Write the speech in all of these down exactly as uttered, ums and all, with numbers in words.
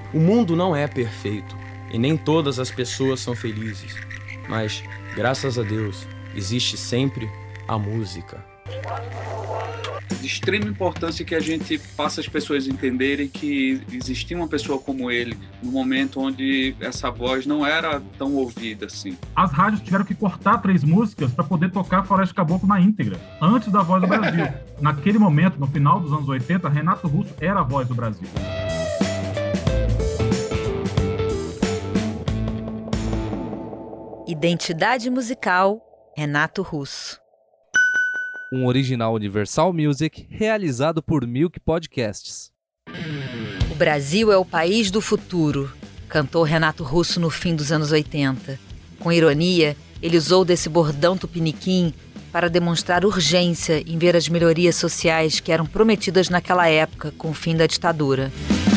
O mundo não é perfeito e nem todas as pessoas são felizes, mas, graças a Deus, existe sempre a música. De extrema importância que a gente faça as pessoas entenderem que existia uma pessoa como ele no momento onde essa voz não era tão ouvida assim. As rádios tiveram que cortar três músicas para poder tocar Floresta Caboclo na íntegra, antes da Voz do Brasil. Naquele momento, no final dos anos oitenta, Renato Russo era a voz do Brasil. Identidade musical, Renato Russo. Um original Universal Music realizado por Milk Podcasts. O Brasil é o país do futuro, cantou Renato Russo no fim dos anos oitenta. Com ironia, ele usou desse bordão tupiniquim para demonstrar urgência em ver as melhorias sociais que eram prometidas naquela época com o fim da ditadura.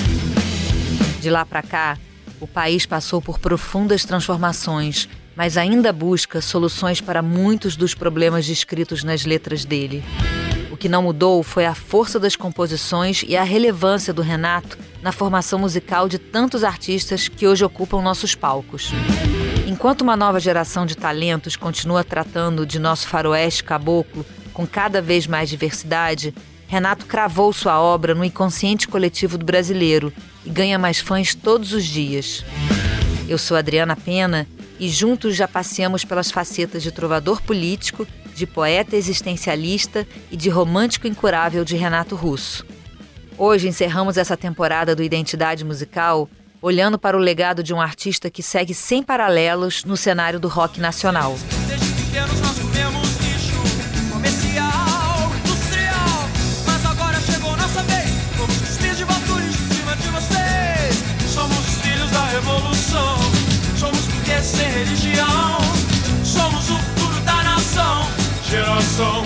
De lá para cá, o país passou por profundas transformações, mas ainda busca soluções para muitos dos problemas descritos nas letras dele. O que não mudou foi a força das composições e a relevância do Renato na formação musical de tantos artistas que hoje ocupam nossos palcos. Enquanto uma nova geração de talentos continua tratando de nosso faroeste caboclo com cada vez mais diversidade, Renato cravou sua obra no inconsciente coletivo do brasileiro e ganha mais fãs todos os dias. Eu sou Adriana Pena e juntos já passeamos pelas facetas de trovador político, de poeta existencialista e de romântico incurável de Renato Russo. Hoje encerramos essa temporada do Identidade Musical olhando para o legado de um artista que segue sem paralelos no cenário do rock nacional. Desde pequenos nós comemos lixo comercial, industrial, mas agora chegou nossa vez. Somos os filhos de Valtures em cima de vocês. Somos os filhos da revolução. Somos porque sem religião. Somos o futuro da nação. Geração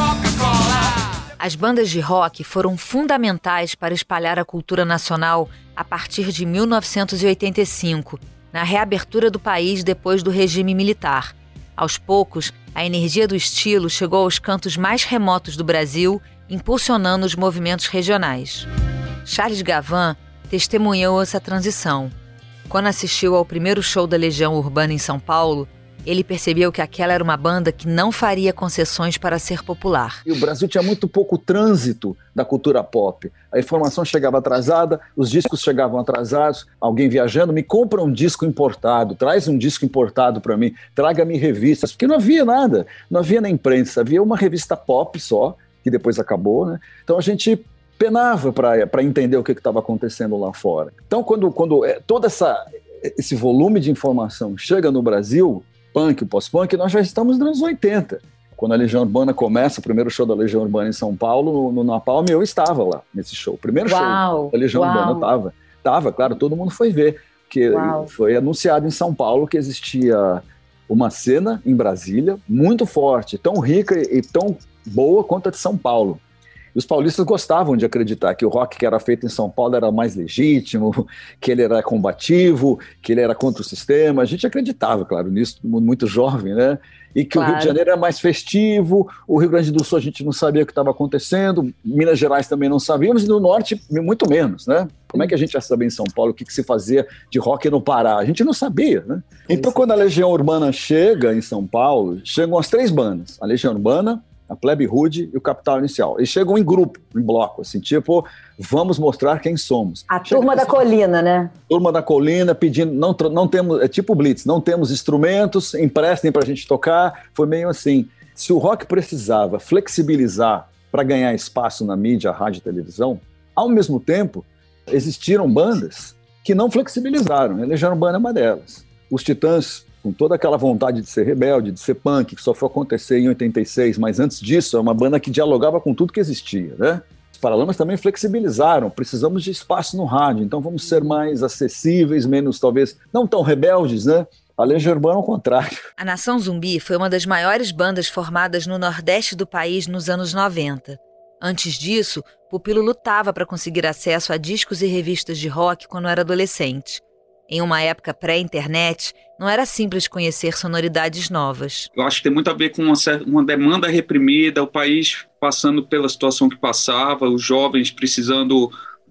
Coca-Cola. As bandas de rock foram fundamentais para espalhar a cultura nacional a partir de mil novecentos e oitenta e cinco, na reabertura do país depois do regime militar. Aos poucos, a energia do estilo chegou aos cantos mais remotos do Brasil, impulsionando os movimentos regionais. Charles Gavin testemunhou essa transição. Quando assistiu ao primeiro show da Legião Urbana em São Paulo, ele percebeu que aquela era uma banda que não faria concessões para ser popular. E o Brasil tinha muito pouco trânsito da cultura pop. A informação chegava atrasada, os discos chegavam atrasados, alguém viajando, me compra um disco importado, traz um disco importado para mim, traga-me revistas, porque não havia nada, não havia na imprensa, havia uma revista pop só, que depois acabou, né? Então a gente penava para entender o que estava acontecendo lá fora. Então quando, quando é, todo essa, esse volume de informação chega no Brasil, punk, o pós-punk, nós já estamos nos anos oitenta. Quando a Legião Urbana começa, o primeiro show da Legião Urbana em São Paulo, no Napalm, eu estava lá nesse show. O primeiro Uau, show da Legião uau. Urbana estava. Estava, claro, todo mundo foi ver. Que foi anunciado em São Paulo que existia uma cena em Brasília muito forte, tão rica e tão boa quanto a de São Paulo. E os paulistas gostavam de acreditar que o rock que era feito em São Paulo era mais legítimo, que ele era combativo, que ele era contra o sistema. A gente acreditava, claro, nisso, todo mundo muito jovem, né? E que claro. O Rio de Janeiro era mais festivo, o Rio Grande do Sul a gente não sabia o que estava acontecendo, Minas Gerais também não sabíamos, e no Norte muito menos, né? Como é que a gente ia saber em São Paulo o que, que se fazia de rock no Pará? A gente não sabia, né? Então quando a Legião Urbana chega em São Paulo, chegam as três bandas, a Legião Urbana, a Plebe Rude e o Capital Inicial. Eles chegam em grupo, em bloco, assim, tipo, vamos mostrar quem somos. A Chega turma da assim, colina, né? Turma da colina pedindo, não, não temos, é tipo Blitz, não temos instrumentos, emprestem pra gente tocar. Foi meio assim. Se o rock precisava flexibilizar para ganhar espaço na mídia, rádio e televisão, ao mesmo tempo, existiram bandas que não flexibilizaram. A Legião Urbana é uma delas. Os Titãs, com toda aquela vontade de ser rebelde, de ser punk, que só foi acontecer em oitenta e seis, mas antes disso, é uma banda que dialogava com tudo que existia, né? Os Paralamas também flexibilizaram, precisamos de espaço no rádio, então vamos ser mais acessíveis, menos, talvez, não tão rebeldes, né? A Legião Urbana, ao contrário. A Nação Zumbi foi uma das maiores bandas formadas no Nordeste do país nos anos noventa. Antes disso, Pupilo lutava para conseguir acesso a discos e revistas de rock quando era adolescente. Em uma época pré-internet, não era simples conhecer sonoridades novas. Eu acho que tem muito a ver com uma, uma demanda reprimida, o país passando pela situação que passava, os jovens precisando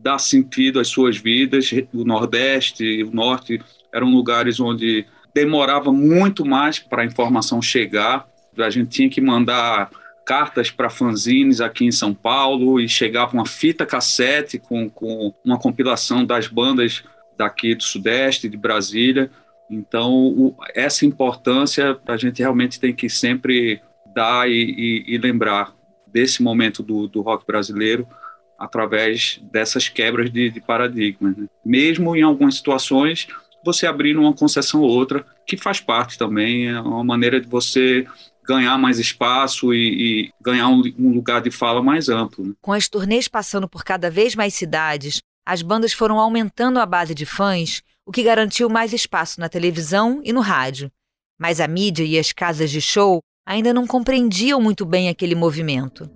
dar sentido às suas vidas. O Nordeste e o Norte eram lugares onde demorava muito mais para a informação chegar. A gente tinha que mandar cartas para fanzines aqui em São Paulo e chegava uma fita cassete com, com uma compilação das bandas daqui do Sudeste, de Brasília. Então, o, essa importância a gente realmente tem que sempre dar e, e, e lembrar desse momento do, do rock brasileiro através dessas quebras de, de paradigmas, né? Mesmo em algumas situações, você abrindo uma concessão ou outra, que faz parte também, é uma maneira de você ganhar mais espaço e, e ganhar um, um lugar de fala mais amplo, né? Com as turnês passando por cada vez mais cidades, as bandas foram aumentando a base de fãs, o que garantiu mais espaço na televisão e no rádio. Mas a mídia e as casas de show ainda não compreendiam muito bem aquele movimento.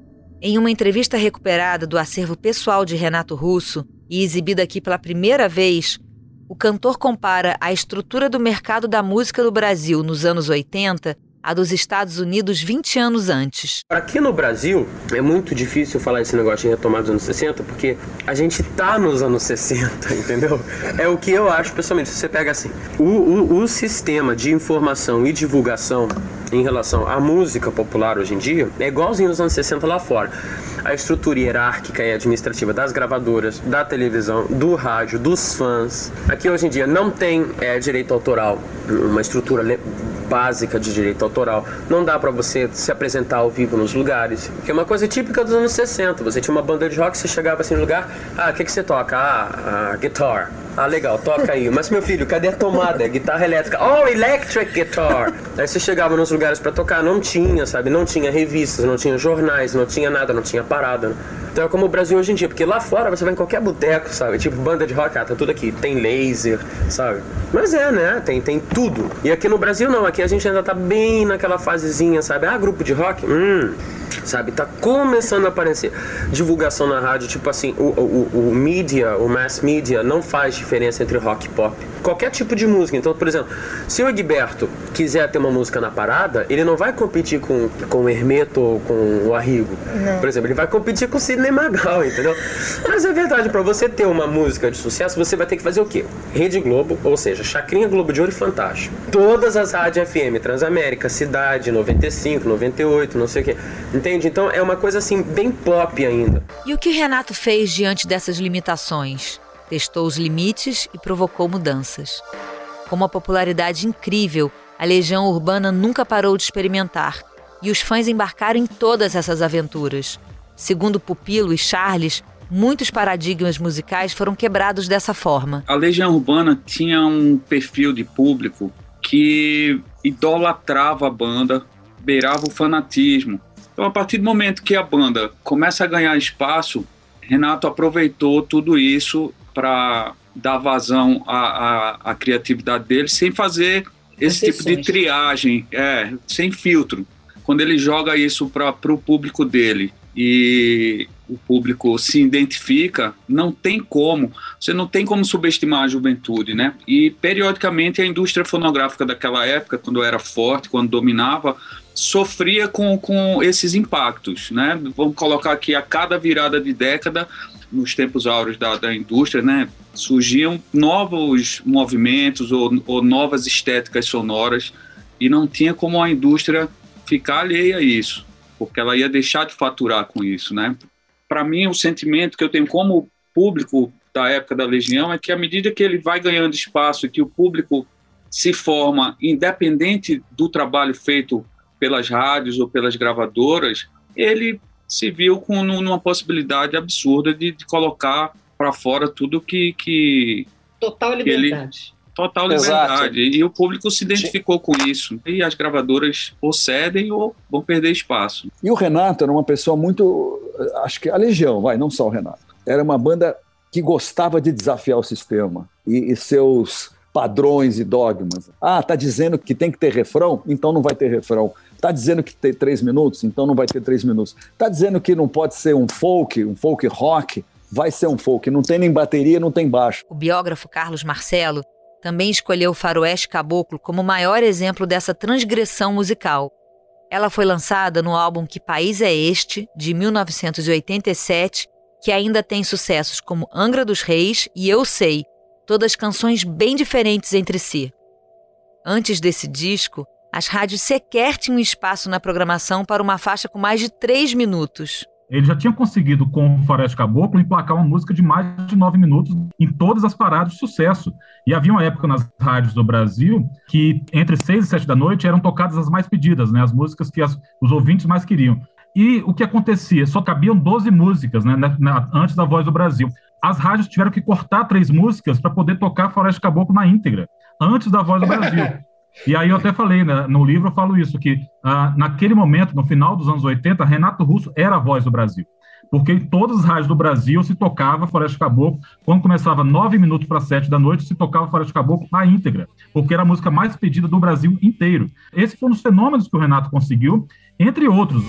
Em uma entrevista recuperada do acervo pessoal de Renato Russo e exibida aqui pela primeira vez, o cantor compara a estrutura do mercado da música do Brasil nos anos oitenta à dos Estados Unidos vinte anos antes. Aqui no Brasil, é muito difícil falar esse negócio de retomada dos anos sessenta, porque a gente tá nos anos sessenta, entendeu? É o que eu acho, pessoalmente. Se você pega assim, o, o, o sistema de informação e divulgação em relação à música popular hoje em dia é igualzinho nos anos sessenta lá fora. A estrutura hierárquica e administrativa das gravadoras, da televisão, do rádio, dos fãs. Aqui hoje em dia não tem é, direito autoral, uma estrutura básica de direito autoral. Não dá pra você se apresentar ao vivo nos lugares, que é uma coisa típica dos anos sessenta. Você tinha uma banda de rock, você chegava assim no lugar, ah, o que que você toca? Ah, a guitar. Ah, legal, toca aí. Mas, meu filho, cadê a tomada? Guitarra elétrica. Oh, electric guitar. Aí você chegava nos lugares pra tocar, não tinha, sabe? Não tinha revistas, não tinha jornais, não tinha nada, não tinha parada. Né? Então é como o Brasil hoje em dia, porque lá fora você vai em qualquer boteco, sabe? Tipo, banda de rock, ah, tá tudo aqui. Tem laser, sabe? Mas é, né? Tem, tem tudo. E aqui no Brasil não, aqui a gente ainda tá bem naquela fasezinha, sabe? Ah, grupo de rock? Hum... Sabe, tá começando a aparecer divulgação na rádio, tipo assim, o, o, o mídia, o mass media não faz diferença entre rock e pop. Qualquer tipo de música. Então, por exemplo, se o Egberto quiser ter uma música na parada, ele não vai competir com, com o Hermeto ou com o Arrigo. Não. Por exemplo, ele vai competir com o Sidney Magal, entendeu? Mas é verdade, pra você ter uma música de sucesso, você vai ter que fazer o quê? Rede Globo, ou seja, Chacrinha, Globo de Ouro e Fantástico. Todas as rádios F M, Transamérica, Cidade, noventa e cinco, noventa e oito, não sei o quê. Entende? Então é uma coisa assim, bem pop ainda. E o que Renato fez diante dessas limitações? Testou os limites e provocou mudanças. Com uma popularidade incrível, a Legião Urbana nunca parou de experimentar. E os fãs embarcaram em todas essas aventuras. Segundo Pupilo e Charles, muitos paradigmas musicais foram quebrados dessa forma. A Legião Urbana tinha um perfil de público que idolatrava a banda, beirava o fanatismo. Então, a partir do momento que a banda começa a ganhar espaço, Renato aproveitou tudo isso para dar vazão à, à, à criatividade dele, sem fazer esse tipo de triagem, é, sem filtro. Quando ele joga isso para o público dele e o público se identifica, não tem como, você não tem como subestimar a juventude, né? E, periodicamente, a indústria fonográfica daquela época, quando era forte, quando dominava, sofria com, com esses impactos, né? Vamos colocar aqui, a cada virada de década, nos tempos áureos da, da indústria, né, surgiam novos movimentos ou, ou novas estéticas sonoras e não tinha como a indústria ficar alheia a isso, porque ela ia deixar de faturar com isso, né? Para mim, o sentimento que eu tenho como público da época da Legião é que, à medida que ele vai ganhando espaço e que o público se forma, independente do trabalho feito pelas rádios ou pelas gravadoras, ele se viu com numa possibilidade absurda de, de colocar para fora tudo que, que total liberdade. Ele, total liberdade. Exato. E o público se identificou com isso. E as gravadoras ou cedem ou vão perder espaço. E o Renato era uma pessoa muito... Acho que a Legião, vai, não só o Renato. Era uma banda que gostava de desafiar o sistema e, e seus padrões e dogmas. Ah, tá dizendo que tem que ter refrão? Então não vai ter refrão. Tá dizendo que tem três minutos? Então não vai ter três minutos. Tá dizendo que não pode ser um folk, um folk rock? Vai ser um folk. Não tem nem bateria, não tem baixo. O biógrafo Carlos Marcelo também escolheu Faroeste Caboclo como o maior exemplo dessa transgressão musical. Ela foi lançada no álbum Que País é Este, de mil novecentos e oitenta e sete, que ainda tem sucessos como Angra dos Reis e Eu Sei, todas canções bem diferentes entre si. Antes desse disco, as rádios sequer tinham espaço na programação para uma faixa com mais de três minutos. Eles já tinham conseguido, com o Faroeste Caboclo, emplacar uma música de mais de nove minutos em todas as paradas de sucesso. E havia uma época nas rádios do Brasil que, entre seis e sete da noite, eram tocadas as mais pedidas, né? As músicas que as, os ouvintes mais queriam. E o que acontecia? Só cabiam doze músicas, né, na, na, antes da Voz do Brasil. As rádios tiveram que cortar três músicas para poder tocar Faroeste Caboclo na íntegra, antes da Voz do Brasil. E aí eu até falei, né, no livro eu falo isso, que ah, naquele momento, no final dos anos oitenta, Renato Russo era a Voz do Brasil. Porque em todas as rádios do Brasil se tocava Faroeste Caboclo. Quando começava nove minutos para sete da noite, se tocava Faroeste Caboclo na íntegra, porque era a música mais pedida do Brasil inteiro. Esses foram os fenômenos que o Renato conseguiu, entre outros.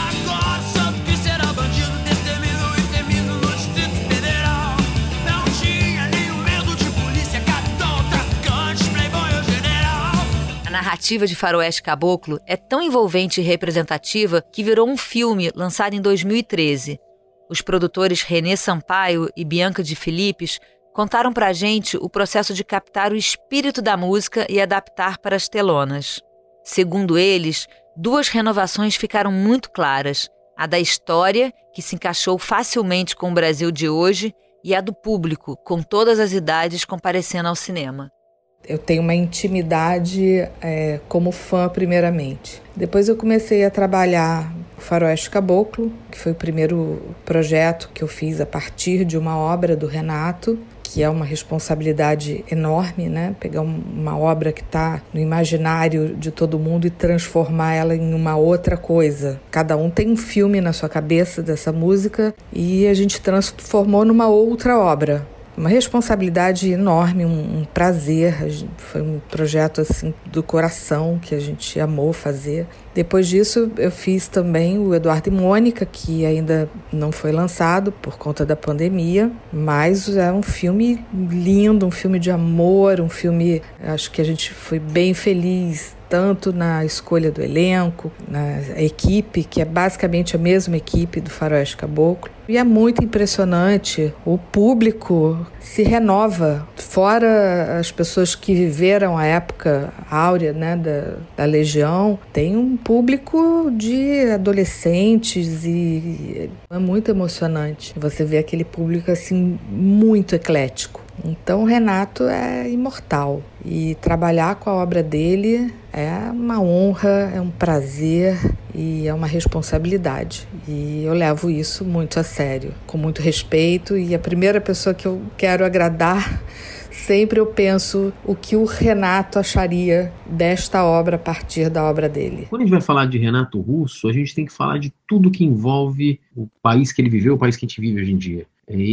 A narrativa de Faroeste Caboclo é tão envolvente e representativa que virou um filme lançado em dois mil e treze. Os produtores Renê Sampaio e Bianca de Filipes contaram pra gente o processo de captar o espírito da música e adaptar para as telonas. Segundo eles, duas renovações ficaram muito claras: a da história, que se encaixou facilmente com o Brasil de hoje, e a do público, com todas as idades comparecendo ao cinema. Eu tenho uma intimidade é, como fã, primeiramente. Depois eu comecei a trabalhar o Faroeste Caboclo, que foi o primeiro projeto que eu fiz a partir de uma obra do Renato, que é uma responsabilidade enorme, né? Pegar uma obra que está no imaginário de todo mundo e transformar ela em uma outra coisa. Cada um tem um filme na sua cabeça dessa música e a gente transformou numa outra obra. Uma responsabilidade enorme, um, um prazer. Foi um projeto assim do coração que a gente amou fazer. Depois disso, eu fiz também o Eduardo e Mônica, que ainda não foi lançado por conta da pandemia, mas é um filme lindo, um filme de amor, um filme, acho que a gente foi bem feliz, tanto na escolha do elenco, na equipe, que é basicamente a mesma equipe do Faroeste Caboclo. E é muito impressionante, o público se renova, fora as pessoas que viveram a época áurea, né, da, da Legião, tem um público de adolescentes e é muito emocionante. Você vê aquele público assim muito eclético. Então o Renato é imortal e trabalhar com a obra dele é uma honra, é um prazer e é uma responsabilidade. E eu levo isso muito a sério, com muito respeito, e a primeira pessoa que eu quero agradar, sempre eu penso o que o Renato acharia desta obra a partir da obra dele. Quando a gente vai falar de Renato Russo, a gente tem que falar de tudo que envolve o país que ele viveu, o país que a gente vive hoje em dia.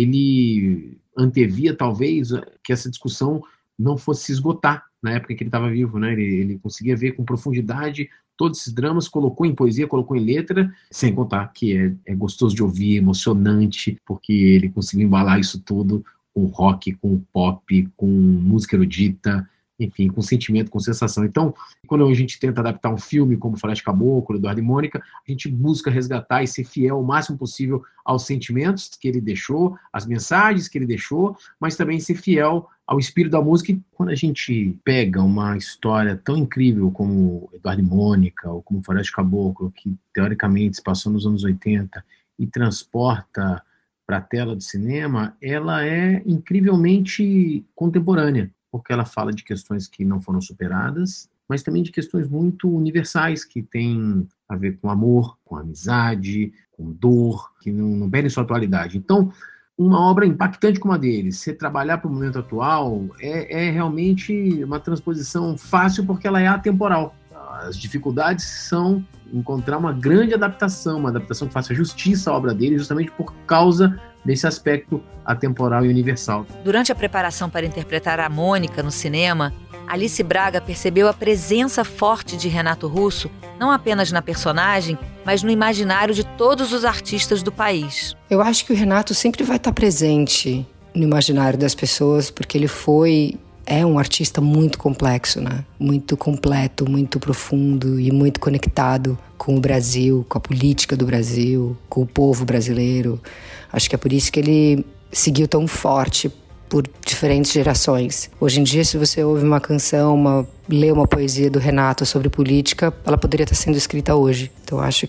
Ele antevia, talvez, que essa discussão não fosse se esgotar na época que ele estava vivo, né? Ele, ele conseguia ver com profundidade todos esses dramas, colocou em poesia, colocou em letra, sem contar que é, é gostoso de ouvir, emocionante, porque ele conseguiu embalar isso tudo com rock, com pop, com música erudita, enfim, com sentimento, com sensação. Então, quando a gente tenta adaptar um filme como Faroeste Caboclo, Eduardo e Mônica, a gente busca resgatar e ser fiel o máximo possível aos sentimentos que ele deixou, às mensagens que ele deixou, mas também ser fiel ao espírito da música. E quando a gente pega uma história tão incrível como Eduardo e Mônica, ou como Faroeste Caboclo, que teoricamente se passou nos anos oitenta, e transporta para a tela do cinema, ela é incrivelmente contemporânea, porque ela fala de questões que não foram superadas, mas também de questões muito universais, que têm a ver com amor, com amizade, com dor, que não, não perdem sua atualidade. Então, uma obra impactante como a dele, se trabalhar para o momento atual, é, é realmente uma transposição fácil, porque ela é atemporal. As dificuldades são encontrar uma grande adaptação, uma adaptação que faça justiça à obra dele, justamente por causa desse aspecto atemporal e universal. Durante a preparação para interpretar a Mônica no cinema, Alice Braga percebeu a presença forte de Renato Russo, não apenas na personagem, mas no imaginário de todos os artistas do país. Eu acho que o Renato sempre vai estar presente no imaginário das pessoas, porque ele foi... é um artista muito complexo, né? Muito completo, muito profundo e muito conectado com o Brasil, com a política do Brasil, com o povo brasileiro, Acho que é por isso que ele seguiu tão forte por diferentes gerações. Hoje em dia, se você ouve uma canção, uma, lê uma poesia do Renato sobre política, ela poderia estar sendo escrita hoje. Então, acho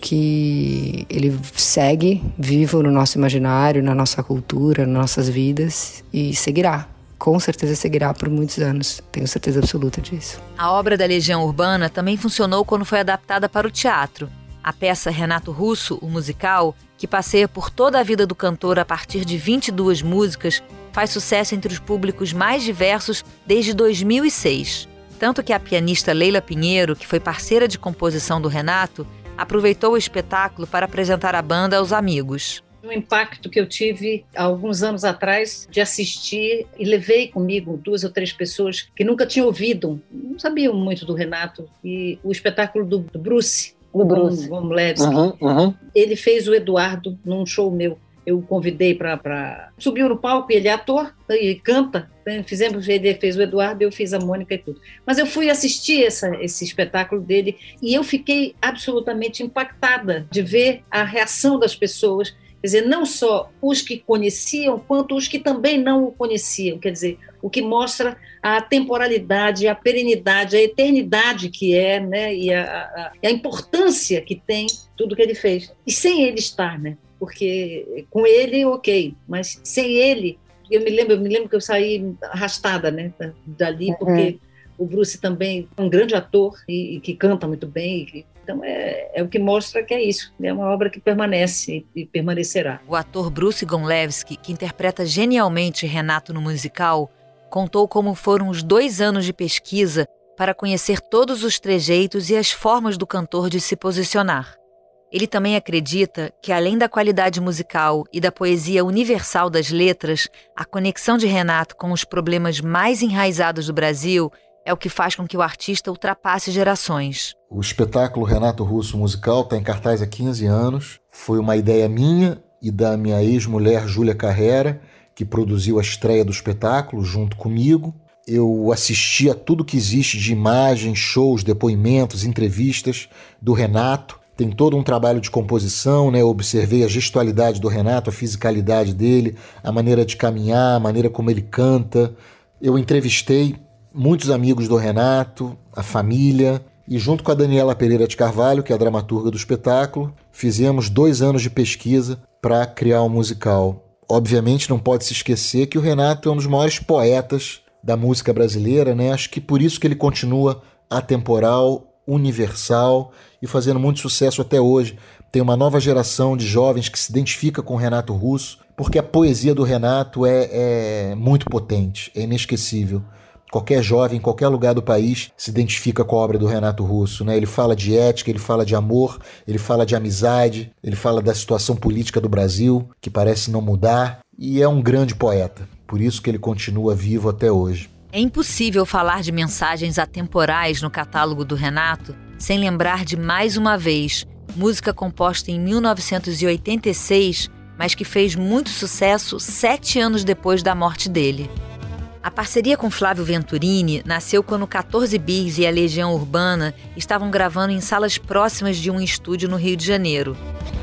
que ele segue vivo no nosso imaginário, na nossa cultura, nas nossas vidas, e seguirá. Com certeza seguirá por muitos anos. Tenho certeza absoluta disso. A obra da Legião Urbana também funcionou quando foi adaptada para o teatro. A peça Renato Russo, o musical, que passeia por toda a vida do cantor a partir de vinte e duas músicas, faz sucesso entre os públicos mais diversos desde dois mil e seis. Tanto que a pianista Leila Pinheiro, que foi parceira de composição do Renato, aproveitou o espetáculo para apresentar a banda aos amigos. Um impacto que eu tive há alguns anos atrás de assistir e levei comigo duas ou três pessoas que nunca tinham ouvido, não sabiam muito do Renato, e o espetáculo do, do Bruce, do Bruce. Gomlewski. Uhum, uhum. Ele fez o Eduardo num show meu. Eu o convidei para... Subiu no palco e ele é ator e canta. Fizemos, ele fez o Eduardo, eu fiz a Mônica e tudo. Mas eu fui assistir essa, esse espetáculo dele e eu fiquei absolutamente impactada de ver a reação das pessoas. Quer dizer, não só os que conheciam, quanto os que também não o conheciam. Quer dizer, o que mostra a temporalidade, a perenidade, a eternidade que é, né? E a, a, a importância que tem tudo que ele fez. E sem ele estar, né? Porque com ele, ok, mas sem ele, eu me lembro, eu me lembro que eu saí arrastada, né, dali, porque uhum. o Bruce também é um grande ator e, e que canta muito bem, e, então é, é o que mostra que é isso, é uma obra que permanece e, e permanecerá. O ator Bruce Gomlewski, que interpreta genialmente Renato no musical, contou como foram os dois anos de pesquisa para conhecer todos os trejeitos e as formas do cantor de se posicionar. Ele também acredita que, além da qualidade musical e da poesia universal das letras, a conexão de Renato com os problemas mais enraizados do Brasil é o que faz com que o artista ultrapasse gerações. O espetáculo Renato Russo Musical está em cartaz há quinze anos. Foi uma ideia minha e da minha ex-mulher Júlia Carrera, que produziu a estreia do espetáculo junto comigo. Eu assisti a tudo que existe de imagens, shows, depoimentos, entrevistas do Renato. Tem todo um trabalho de composição, né? Eu observei a gestualidade do Renato, a fisicalidade dele, a maneira de caminhar, a maneira como ele canta. Eu entrevistei muitos amigos do Renato, a família, e junto com a Daniela Pereira de Carvalho, que é a dramaturga do espetáculo, fizemos dois anos de pesquisa para criar um musical. Obviamente não pode se esquecer que o Renato é um dos maiores poetas da música brasileira, né? Acho que por isso que ele continua atemporal, universal e fazendo muito sucesso até hoje. Tem uma nova geração de jovens que se identifica com o Renato Russo, porque a poesia do Renato é, é muito potente, é inesquecível. Qualquer jovem, em qualquer lugar do país, se identifica com a obra do Renato Russo, né? Ele fala de ética, ele fala de amor, ele fala de amizade, ele fala da situação política do Brasil, que parece não mudar, e é um grande poeta. Por isso que ele continua vivo até hoje. É impossível falar de mensagens atemporais no catálogo do Renato sem lembrar de Mais Uma Vez, música composta em mil novecentos e oitenta e seis, mas que fez muito sucesso sete anos depois da morte dele. A parceria com Flávio Venturini nasceu quando quatorze Bis e a Legião Urbana estavam gravando em salas próximas de um estúdio no Rio de Janeiro.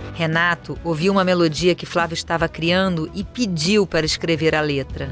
Renato ouviu uma melodia que Flávio estava criando e pediu para escrever a letra.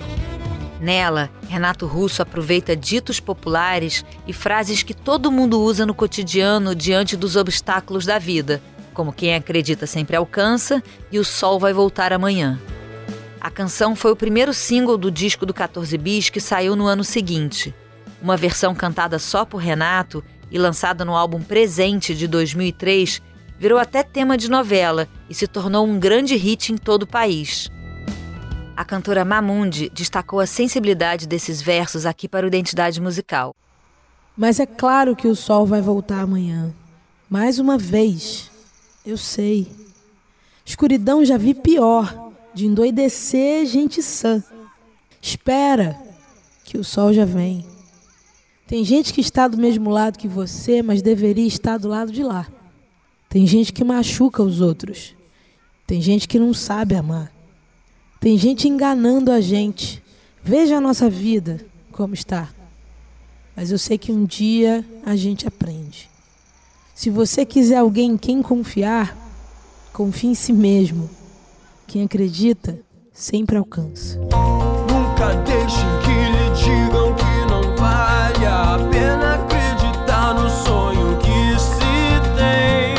Nela, Renato Russo aproveita ditos populares e frases que todo mundo usa no cotidiano diante dos obstáculos da vida, como quem acredita sempre alcança e o sol vai voltar amanhã. A canção foi o primeiro single do disco do quatorze Bis que saiu no ano seguinte. Uma versão cantada só por Renato e lançada no álbum Presente de dois mil e três, virou até tema de novela e se tornou um grande hit em todo o país. A cantora Mamundi destacou a sensibilidade desses versos aqui para o Identidade Musical. Mas é claro que o sol vai voltar amanhã. Mais uma vez. Eu sei. Escuridão já vi pior, de endoidecer gente sã. Espera, que o sol já vem. Tem gente que está do mesmo lado que você, mas deveria estar do lado de lá. Tem gente que machuca os outros. Tem gente que não sabe amar. Tem gente enganando a gente. Veja a nossa vida como está. Mas eu sei que um dia a gente aprende. Se você quiser alguém em quem confiar, confie em si mesmo. Quem acredita sempre alcança. Nunca deixem que lhe digam que não vale a pena acreditar no sonho que se tem,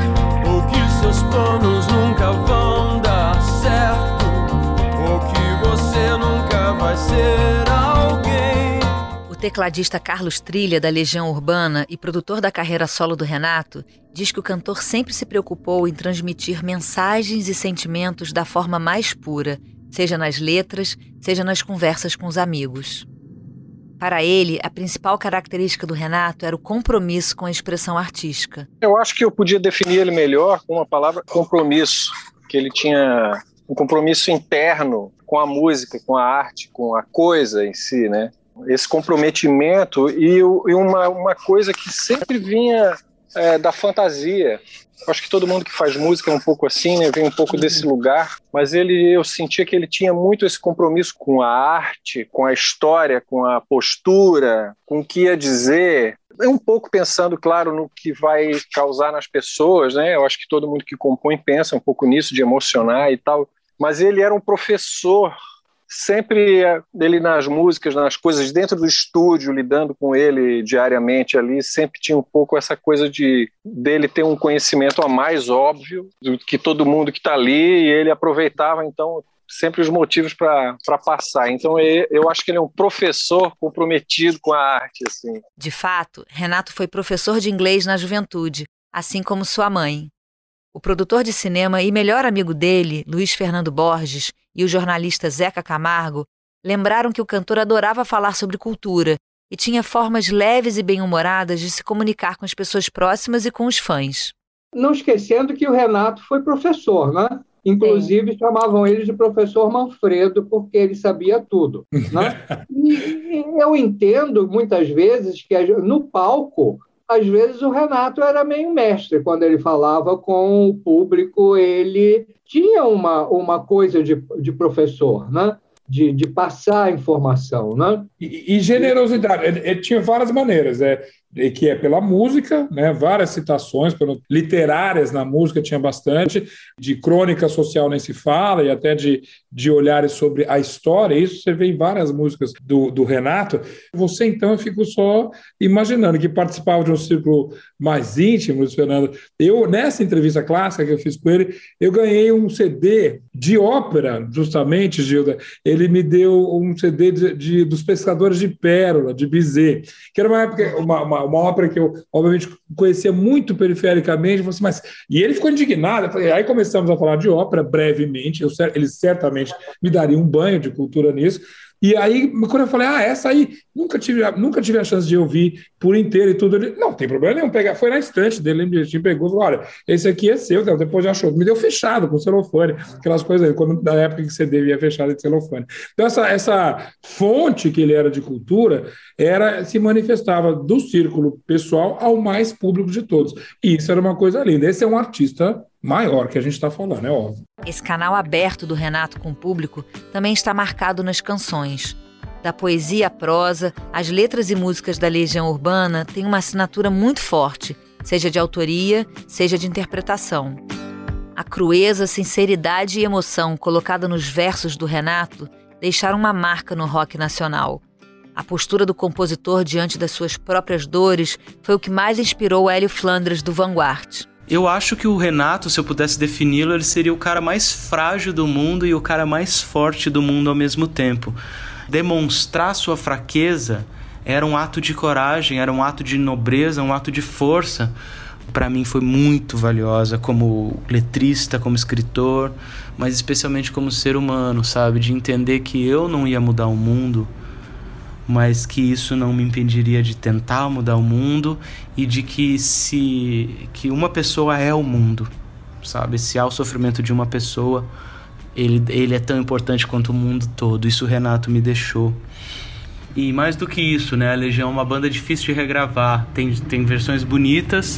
ou que seus planos nunca vão dar certo, ou que você nunca vai ser alguém. O tecladista Carlos Trilha, da Legião Urbana e produtor da carreira solo do Renato, diz que o cantor sempre se preocupou em transmitir mensagens e sentimentos da forma mais pura, seja nas letras, seja nas conversas com os amigos. Para ele, a principal característica do Renato era o compromisso com a expressão artística. Eu acho que eu podia definir ele melhor com uma palavra: compromisso, que ele tinha um compromisso interno com a música, com a arte, com a coisa em si, né? Esse comprometimento e, e uma, uma coisa que sempre vinha é, da fantasia. Acho que todo mundo que faz música é um pouco assim, né? Vem um pouco desse lugar, mas ele, eu sentia que ele tinha muito esse compromisso com a arte, com a história, com a postura, com o que ia dizer. É um pouco pensando, claro, no que vai causar nas pessoas, né? Eu acho que todo mundo que compõe pensa um pouco nisso, de emocionar e tal, mas ele era um professor. Sempre ele nas músicas, nas coisas dentro do estúdio, lidando com ele diariamente ali, sempre tinha um pouco essa coisa de dele ter um conhecimento a mais óbvio do que todo mundo que está ali, e ele aproveitava então sempre os motivos para passar. Então eu acho que ele é um professor comprometido com a arte, assim. De fato, Renato foi professor de inglês na juventude, assim como sua mãe. O produtor de cinema e melhor amigo dele, Luiz Fernando Borges, e o jornalista Zeca Camargo lembraram que o cantor adorava falar sobre cultura e tinha formas leves e bem-humoradas de se comunicar com as pessoas próximas e com os fãs. Não esquecendo que o Renato foi professor, né? Inclusive, é. chamavam ele de professor Manfredo, porque ele sabia tudo, né? e, e eu entendo, muitas vezes, que no palco, às vezes o Renato era meio mestre. Quando ele falava com o público, ele tinha uma, uma coisa de, de professor, né? De, de passar a informação, né? E, e generosidade. Ele, ele tinha várias maneiras, é, que é pela música, né? Várias citações pelo, literárias na música tinha bastante, de crônica social nem se fala, e até de, de olhares sobre a história. Isso você vê em várias músicas do, do Renato. Você, então, eu fico só imaginando que participava de um círculo mais íntimo, Luiz Fernando. Eu, nessa entrevista clássica que eu fiz com ele, eu ganhei um C D de ópera, justamente, Gilda. Ele me deu um C D de, de, dos Pescadores de Pérola, de Bizet, que era uma época, uma, uma, uma ópera que eu, obviamente, conhecia muito perifericamente. Eu falei assim, mas... E ele ficou indignado. Eu falei, aí começamos a falar de ópera brevemente. Eu, ele certamente me daria um banho de cultura nisso. E aí, quando eu falei, ah, essa aí, nunca tive, nunca tive a chance de ouvir por inteiro e tudo. Ele, não, tem problema nenhum. Pega, foi na estante dele, ele pegou e falou, olha, esse aqui é seu. Então, depois já achou. Me deu fechado, com celofane, aquelas coisas aí, quando, na época que você devia fechado de celofane. Então, essa, essa fonte que ele era de cultura, era, se manifestava do círculo pessoal ao mais público de todos. E isso era uma coisa linda. Esse é um artista maior que a gente está falando, é óbvio. Esse canal aberto do Renato com o público também está marcado nas canções. Da poesia à prosa, as letras e músicas da Legião Urbana têm uma assinatura muito forte, seja de autoria, seja de interpretação. A crueza, sinceridade e emoção colocada nos versos do Renato deixaram uma marca no rock nacional. A postura do compositor diante das suas próprias dores foi o que mais inspirou Hélio Flandres do Vanguard. Eu acho que o Renato, se eu pudesse defini-lo, ele seria o cara mais frágil do mundo e o cara mais forte do mundo ao mesmo tempo. Demonstrar sua fraqueza era um ato de coragem, era um ato de nobreza, um ato de força. Para mim foi muito valiosa como letrista, como escritor, mas especialmente como ser humano, sabe? De entender que eu não ia mudar o mundo, mas que isso não me impediria de tentar mudar o mundo e de que se que uma pessoa é o mundo, sabe? Se há o sofrimento de uma pessoa, ele, ele é tão importante quanto o mundo todo. Isso o Renato me deixou. E mais do que isso, né? A Legião é uma banda difícil de regravar. Tem, tem versões bonitas,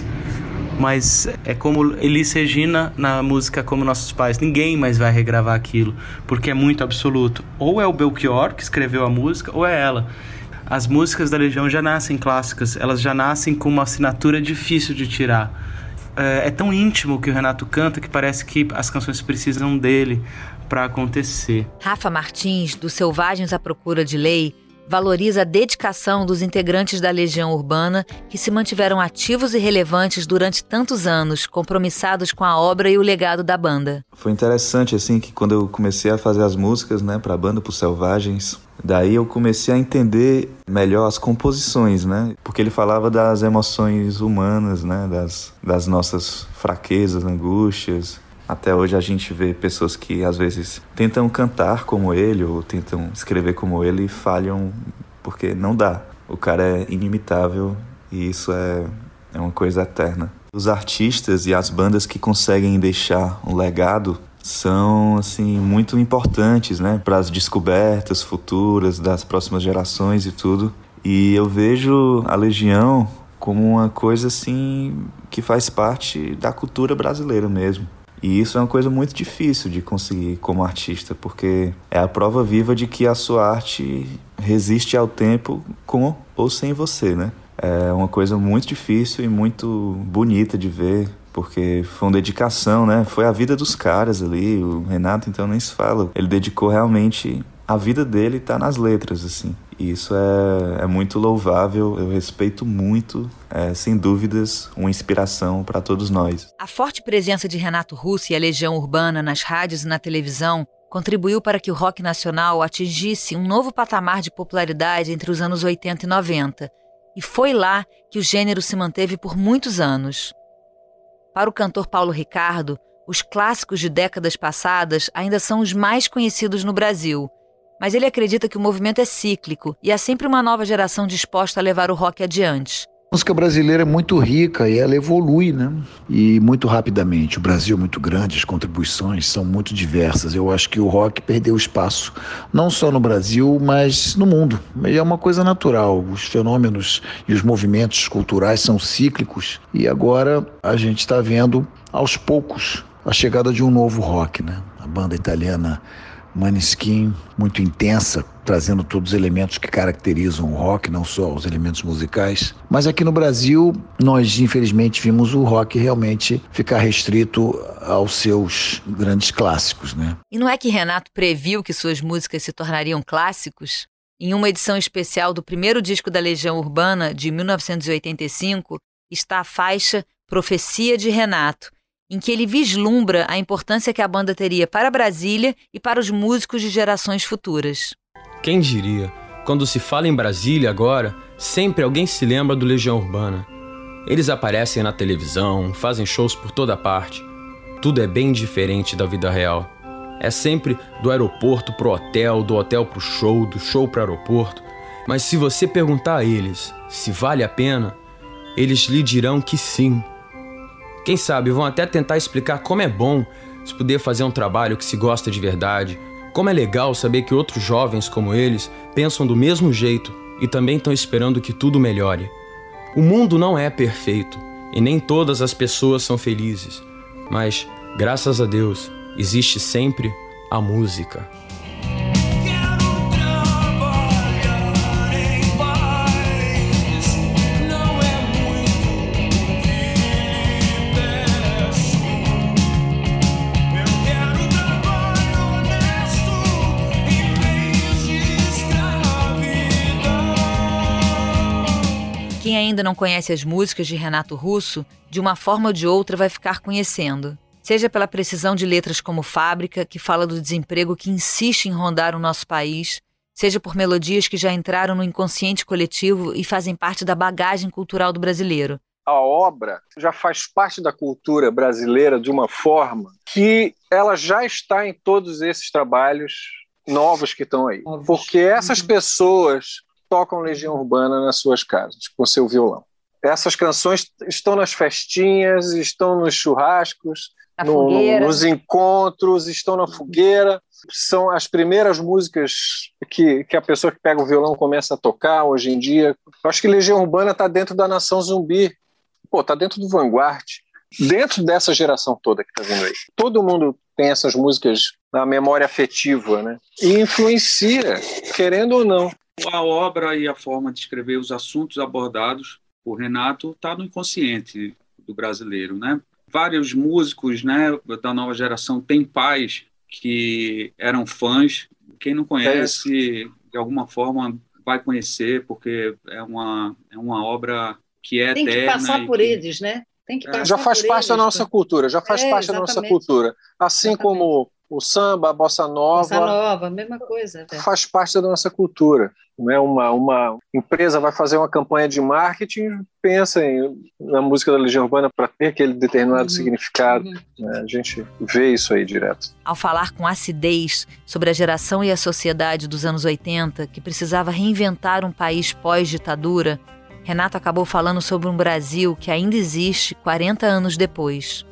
mas é como Elis Regina na música Como Nossos Pais. Ninguém mais vai regravar aquilo, porque é muito absoluto. Ou é o Belchior que escreveu a música, ou é ela. As músicas da Legião já nascem clássicas, elas já nascem com uma assinatura difícil de tirar. é, é tão íntimo que o Renato canta que parece que as canções precisam dele para acontecer. Rafa Martins, do Selvagens à Procura de Lei, valoriza a dedicação dos integrantes da Legião Urbana que se mantiveram ativos e relevantes durante tantos anos, compromissados com a obra e o legado da banda. Foi interessante, assim, que quando eu comecei a fazer as músicas, né, pra banda, pro Selvagens, daí eu comecei a entender melhor as composições, né, porque ele falava das emoções humanas, né, das, das nossas fraquezas, angústias. Até hoje a gente vê pessoas que às vezes tentam cantar como ele ou tentam escrever como ele e falham porque não dá. O cara é inimitável e isso é, é uma coisa eterna. Os artistas e as bandas que conseguem deixar um legado são assim muito importantes, né, para as descobertas futuras das próximas gerações e tudo. E eu vejo a Legião como uma coisa assim que faz parte da cultura brasileira mesmo. E isso é uma coisa muito difícil de conseguir como artista, porque é a prova viva de que a sua arte resiste ao tempo com ou sem você, né? É uma coisa muito difícil e muito bonita de ver, porque foi uma dedicação, né? Foi a vida dos caras ali, o Renato então nem se fala. Ele dedicou realmente, a vida dele tá nas letras, assim. E isso é, é muito louvável, eu respeito muito, é, sem dúvidas, uma inspiração para todos nós. A forte presença de Renato Russo e a Legião Urbana nas rádios e na televisão contribuiu para que o rock nacional atingisse um novo patamar de popularidade entre os anos oitenta e noventa. E foi lá que o gênero se manteve por muitos anos. Para o cantor Paulo Ricardo, os clássicos de décadas passadas ainda são os mais conhecidos no Brasil. Mas ele acredita que o movimento é cíclico e há sempre uma nova geração disposta a levar o rock adiante. A música brasileira é muito rica e ela evolui, né? E muito rapidamente. O Brasil é muito grande, as contribuições são muito diversas. Eu acho que o rock perdeu espaço, não só no Brasil, mas no mundo. E é uma coisa natural. Os fenômenos e os movimentos culturais são cíclicos e agora a gente está vendo, aos poucos, a chegada de um novo rock, né? A banda italiana Maneskin, muito intensa, trazendo todos os elementos que caracterizam o rock, não só os elementos musicais. Mas aqui no Brasil, nós infelizmente vimos o rock realmente ficar restrito aos seus grandes clássicos, né? E não é que Renato previu que suas músicas se tornariam clássicos? Em uma edição especial do primeiro disco da Legião Urbana, de mil novecentos e oitenta e cinco, está a faixa Profecia de Renato, em que ele vislumbra a importância que a banda teria para Brasília e para os músicos de gerações futuras. Quem diria, quando se fala em Brasília agora, sempre alguém se lembra do Legião Urbana. Eles aparecem na televisão, fazem shows por toda parte. Tudo é bem diferente da vida real. É sempre do aeroporto pro hotel, do hotel pro show, do show pro aeroporto. Mas se você perguntar a eles se vale a pena, eles lhe dirão que sim. Quem sabe vão até tentar explicar como é bom se poder fazer um trabalho que se gosta de verdade, como é legal saber que outros jovens como eles pensam do mesmo jeito e também estão esperando que tudo melhore. O mundo não é perfeito e nem todas as pessoas são felizes, mas, graças a Deus, existe sempre a música. Quem ainda não conhece as músicas de Renato Russo, de uma forma ou de outra vai ficar conhecendo. Seja pela precisão de letras como Fábrica, que fala do desemprego que insiste em rondar o nosso país, seja por melodias que já entraram no inconsciente coletivo e fazem parte da bagagem cultural do brasileiro. A obra já faz parte da cultura brasileira de uma forma que ela já está em todos esses trabalhos novos que estão aí. Porque essas pessoas tocam Legião Urbana nas suas casas, com seu violão. Essas canções estão nas festinhas, estão nos churrascos, no, nos encontros, estão na fogueira. São as primeiras músicas que, que a pessoa que pega o violão começa a tocar hoje em dia. Eu acho que Legião Urbana está dentro da Nação Zumbi, pô, está dentro do Vanguard, dentro dessa geração toda que está vindo aí. Todo mundo tem essas músicas na memória afetiva, né? E influencia, querendo ou não. A obra e a forma de escrever os assuntos abordados por Renato está no inconsciente do brasileiro, né? Vários músicos, né, da nova geração têm pais que eram fãs. Quem não conhece, de alguma forma, vai conhecer, porque é uma, é uma obra que é Tem eterna. que passar por que... eles, né? Tem que passar já faz por parte eles, da nossa pra... cultura, já faz é, parte exatamente. da nossa cultura. Assim exatamente. Como o samba, a bossa nova. Bossa nova, mesma coisa. É. Faz parte da nossa cultura. Né? Uma, uma empresa vai fazer uma campanha de marketing, pensa em, na música da Legião Urbana para ter aquele determinado uhum. significado. Uhum. Né? A gente vê isso aí direto. Ao falar com acidez sobre a geração e a sociedade dos anos oitenta, que precisava reinventar um país pós-ditadura, Renato acabou falando sobre um Brasil que ainda existe quarenta anos depois.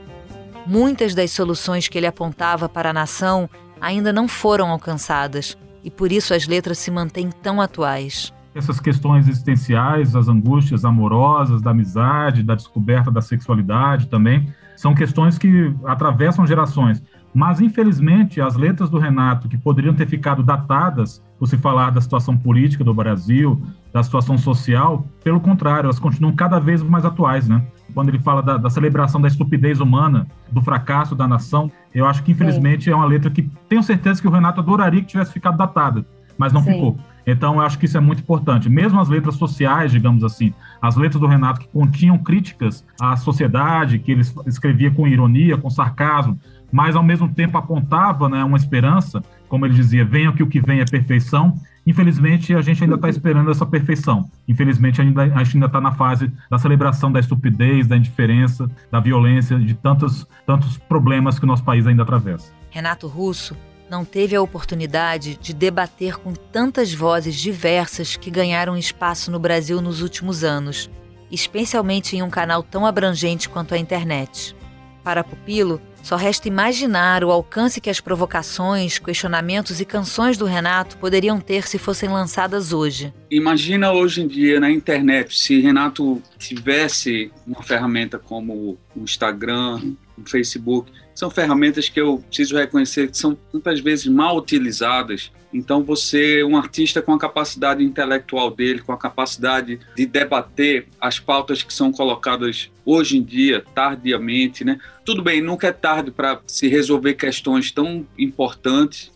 Muitas das soluções que ele apontava para a nação ainda não foram alcançadas, e por isso as letras se mantêm tão atuais. Essas questões existenciais, as angústias amorosas, da amizade, da descoberta da sexualidade também, são questões que atravessam gerações. Mas, infelizmente, as letras do Renato, que poderiam ter ficado datadas por se falar da situação política do Brasil, da situação social, pelo contrário, elas continuam cada vez mais atuais, né? Quando ele fala da, da celebração da estupidez humana, do fracasso da nação, eu acho que, infelizmente, Sim. é uma letra que tenho certeza que o Renato adoraria que tivesse ficado datada, mas não Sim. ficou. Então, eu acho que isso é muito importante. Mesmo as letras sociais, digamos assim, as letras do Renato que continham críticas à sociedade, que ele escrevia com ironia, com sarcasmo, mas, ao mesmo tempo, apontava, né, uma esperança, como ele dizia, venha que o que vem é perfeição. Infelizmente, a gente ainda está esperando essa perfeição. Infelizmente, ainda, a gente ainda está na fase da celebração da estupidez, da indiferença, da violência, de tantos, tantos problemas que o nosso país ainda atravessa. Renato Russo não teve a oportunidade de debater com tantas vozes diversas que ganharam espaço no Brasil nos últimos anos, especialmente em um canal tão abrangente quanto a internet. Para Pupilo, só resta imaginar o alcance que as provocações, questionamentos e canções do Renato poderiam ter se fossem lançadas hoje. Imagina hoje em dia na internet, se Renato tivesse uma ferramenta como o Instagram, o Facebook, são ferramentas que eu preciso reconhecer que são muitas vezes mal utilizadas. Então você, um artista com a capacidade intelectual dele, com a capacidade de debater as pautas que são colocadas hoje em dia, tardiamente, né? Tudo bem, nunca é tarde para se resolver questões tão importantes,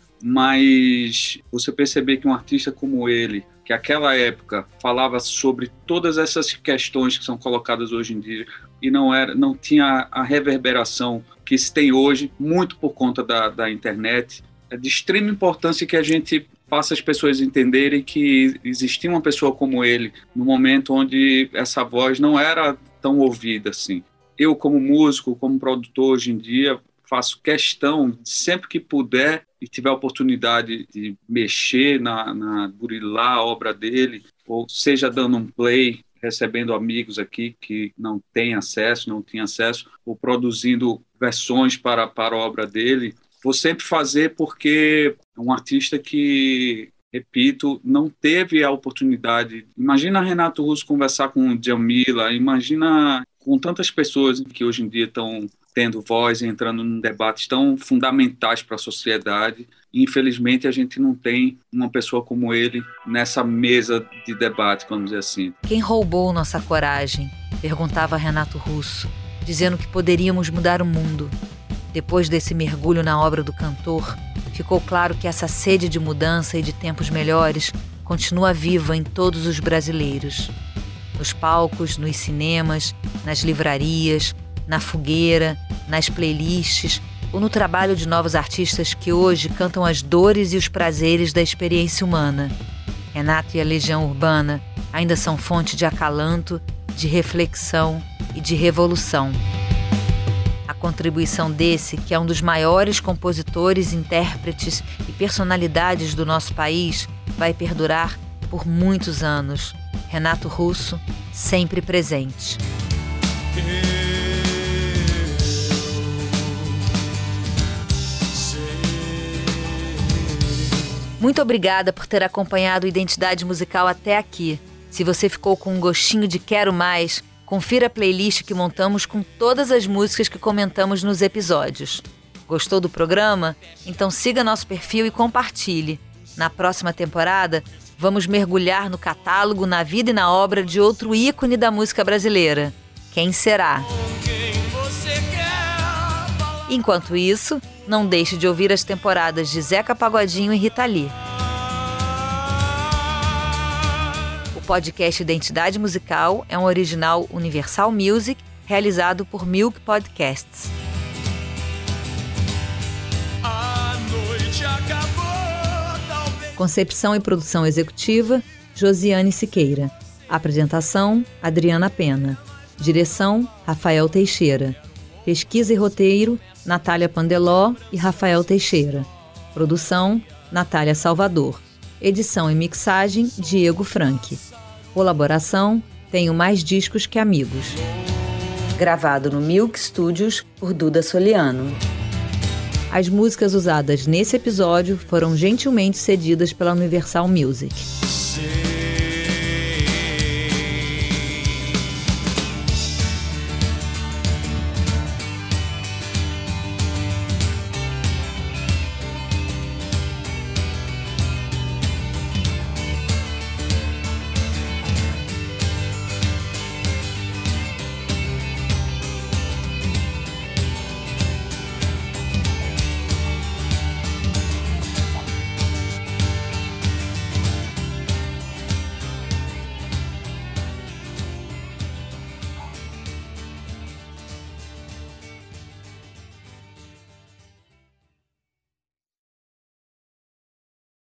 mas você perceber que um artista como ele, que naquela época falava sobre todas essas questões que são colocadas hoje em dia e não, era, não tinha a reverberação que se tem hoje, muito por conta da, da internet, é de extrema importância que a gente faça as pessoas entenderem que existia uma pessoa como ele no momento onde essa voz não era tão ouvida assim. Eu, como músico, como produtor hoje em dia, faço questão, sempre que puder e tiver a oportunidade de mexer, na, na burilar a obra dele, ou seja dando um play, recebendo amigos aqui que não têm acesso, não têm acesso, ou produzindo versões para, para a obra dele, vou sempre fazer porque é um artista que, repito, não teve a oportunidade. Imagina Renato Russo conversar com Djamila, imagina com tantas pessoas que hoje em dia estão tendo voz, entrando em debates tão fundamentais para a sociedade. Infelizmente, a gente não tem uma pessoa como ele nessa mesa de debate, vamos dizer assim. Quem roubou nossa coragem? Perguntava Renato Russo, dizendo que poderíamos mudar o mundo. Depois desse mergulho na obra do cantor, ficou claro que essa sede de mudança e de tempos melhores continua viva em todos os brasileiros. Nos palcos, nos cinemas, nas livrarias, na fogueira, nas playlists ou no trabalho de novos artistas que hoje cantam as dores e os prazeres da experiência humana. Renato e a Legião Urbana ainda são fonte de acalanto, de reflexão e de revolução. A contribuição desse, que é um dos maiores compositores, intérpretes e personalidades do nosso país, vai perdurar por muitos anos. Renato Russo, sempre presente. Muito obrigada por ter acompanhado o Identidade Musical até aqui. Se você ficou com um gostinho de quero mais, confira a playlist que montamos com todas as músicas que comentamos nos episódios. Gostou do programa? Então siga nosso perfil e compartilhe. Na próxima temporada, vamos mergulhar no catálogo, na vida e na obra de outro ícone da música brasileira. Quem será? Enquanto isso, não deixe de ouvir as temporadas de Zeca Pagodinho e Rita Lee. O podcast Identidade Musical é um original Universal Music realizado por Milk Podcasts. A noite acabou, talvez... Concepção e produção executiva, Josiane Siqueira. Apresentação, Adriana Pena. Direção, Rafael Teixeira. Pesquisa e roteiro, Natália Pandeló e Rafael Teixeira. Produção, Natália Salvador. Edição e mixagem, Diego Franck. Colaboração, Tenho Mais Discos Que Amigos. Gravado no Milk Studios por Duda Soliano. As músicas usadas nesse episódio foram gentilmente cedidas pela Universal Music.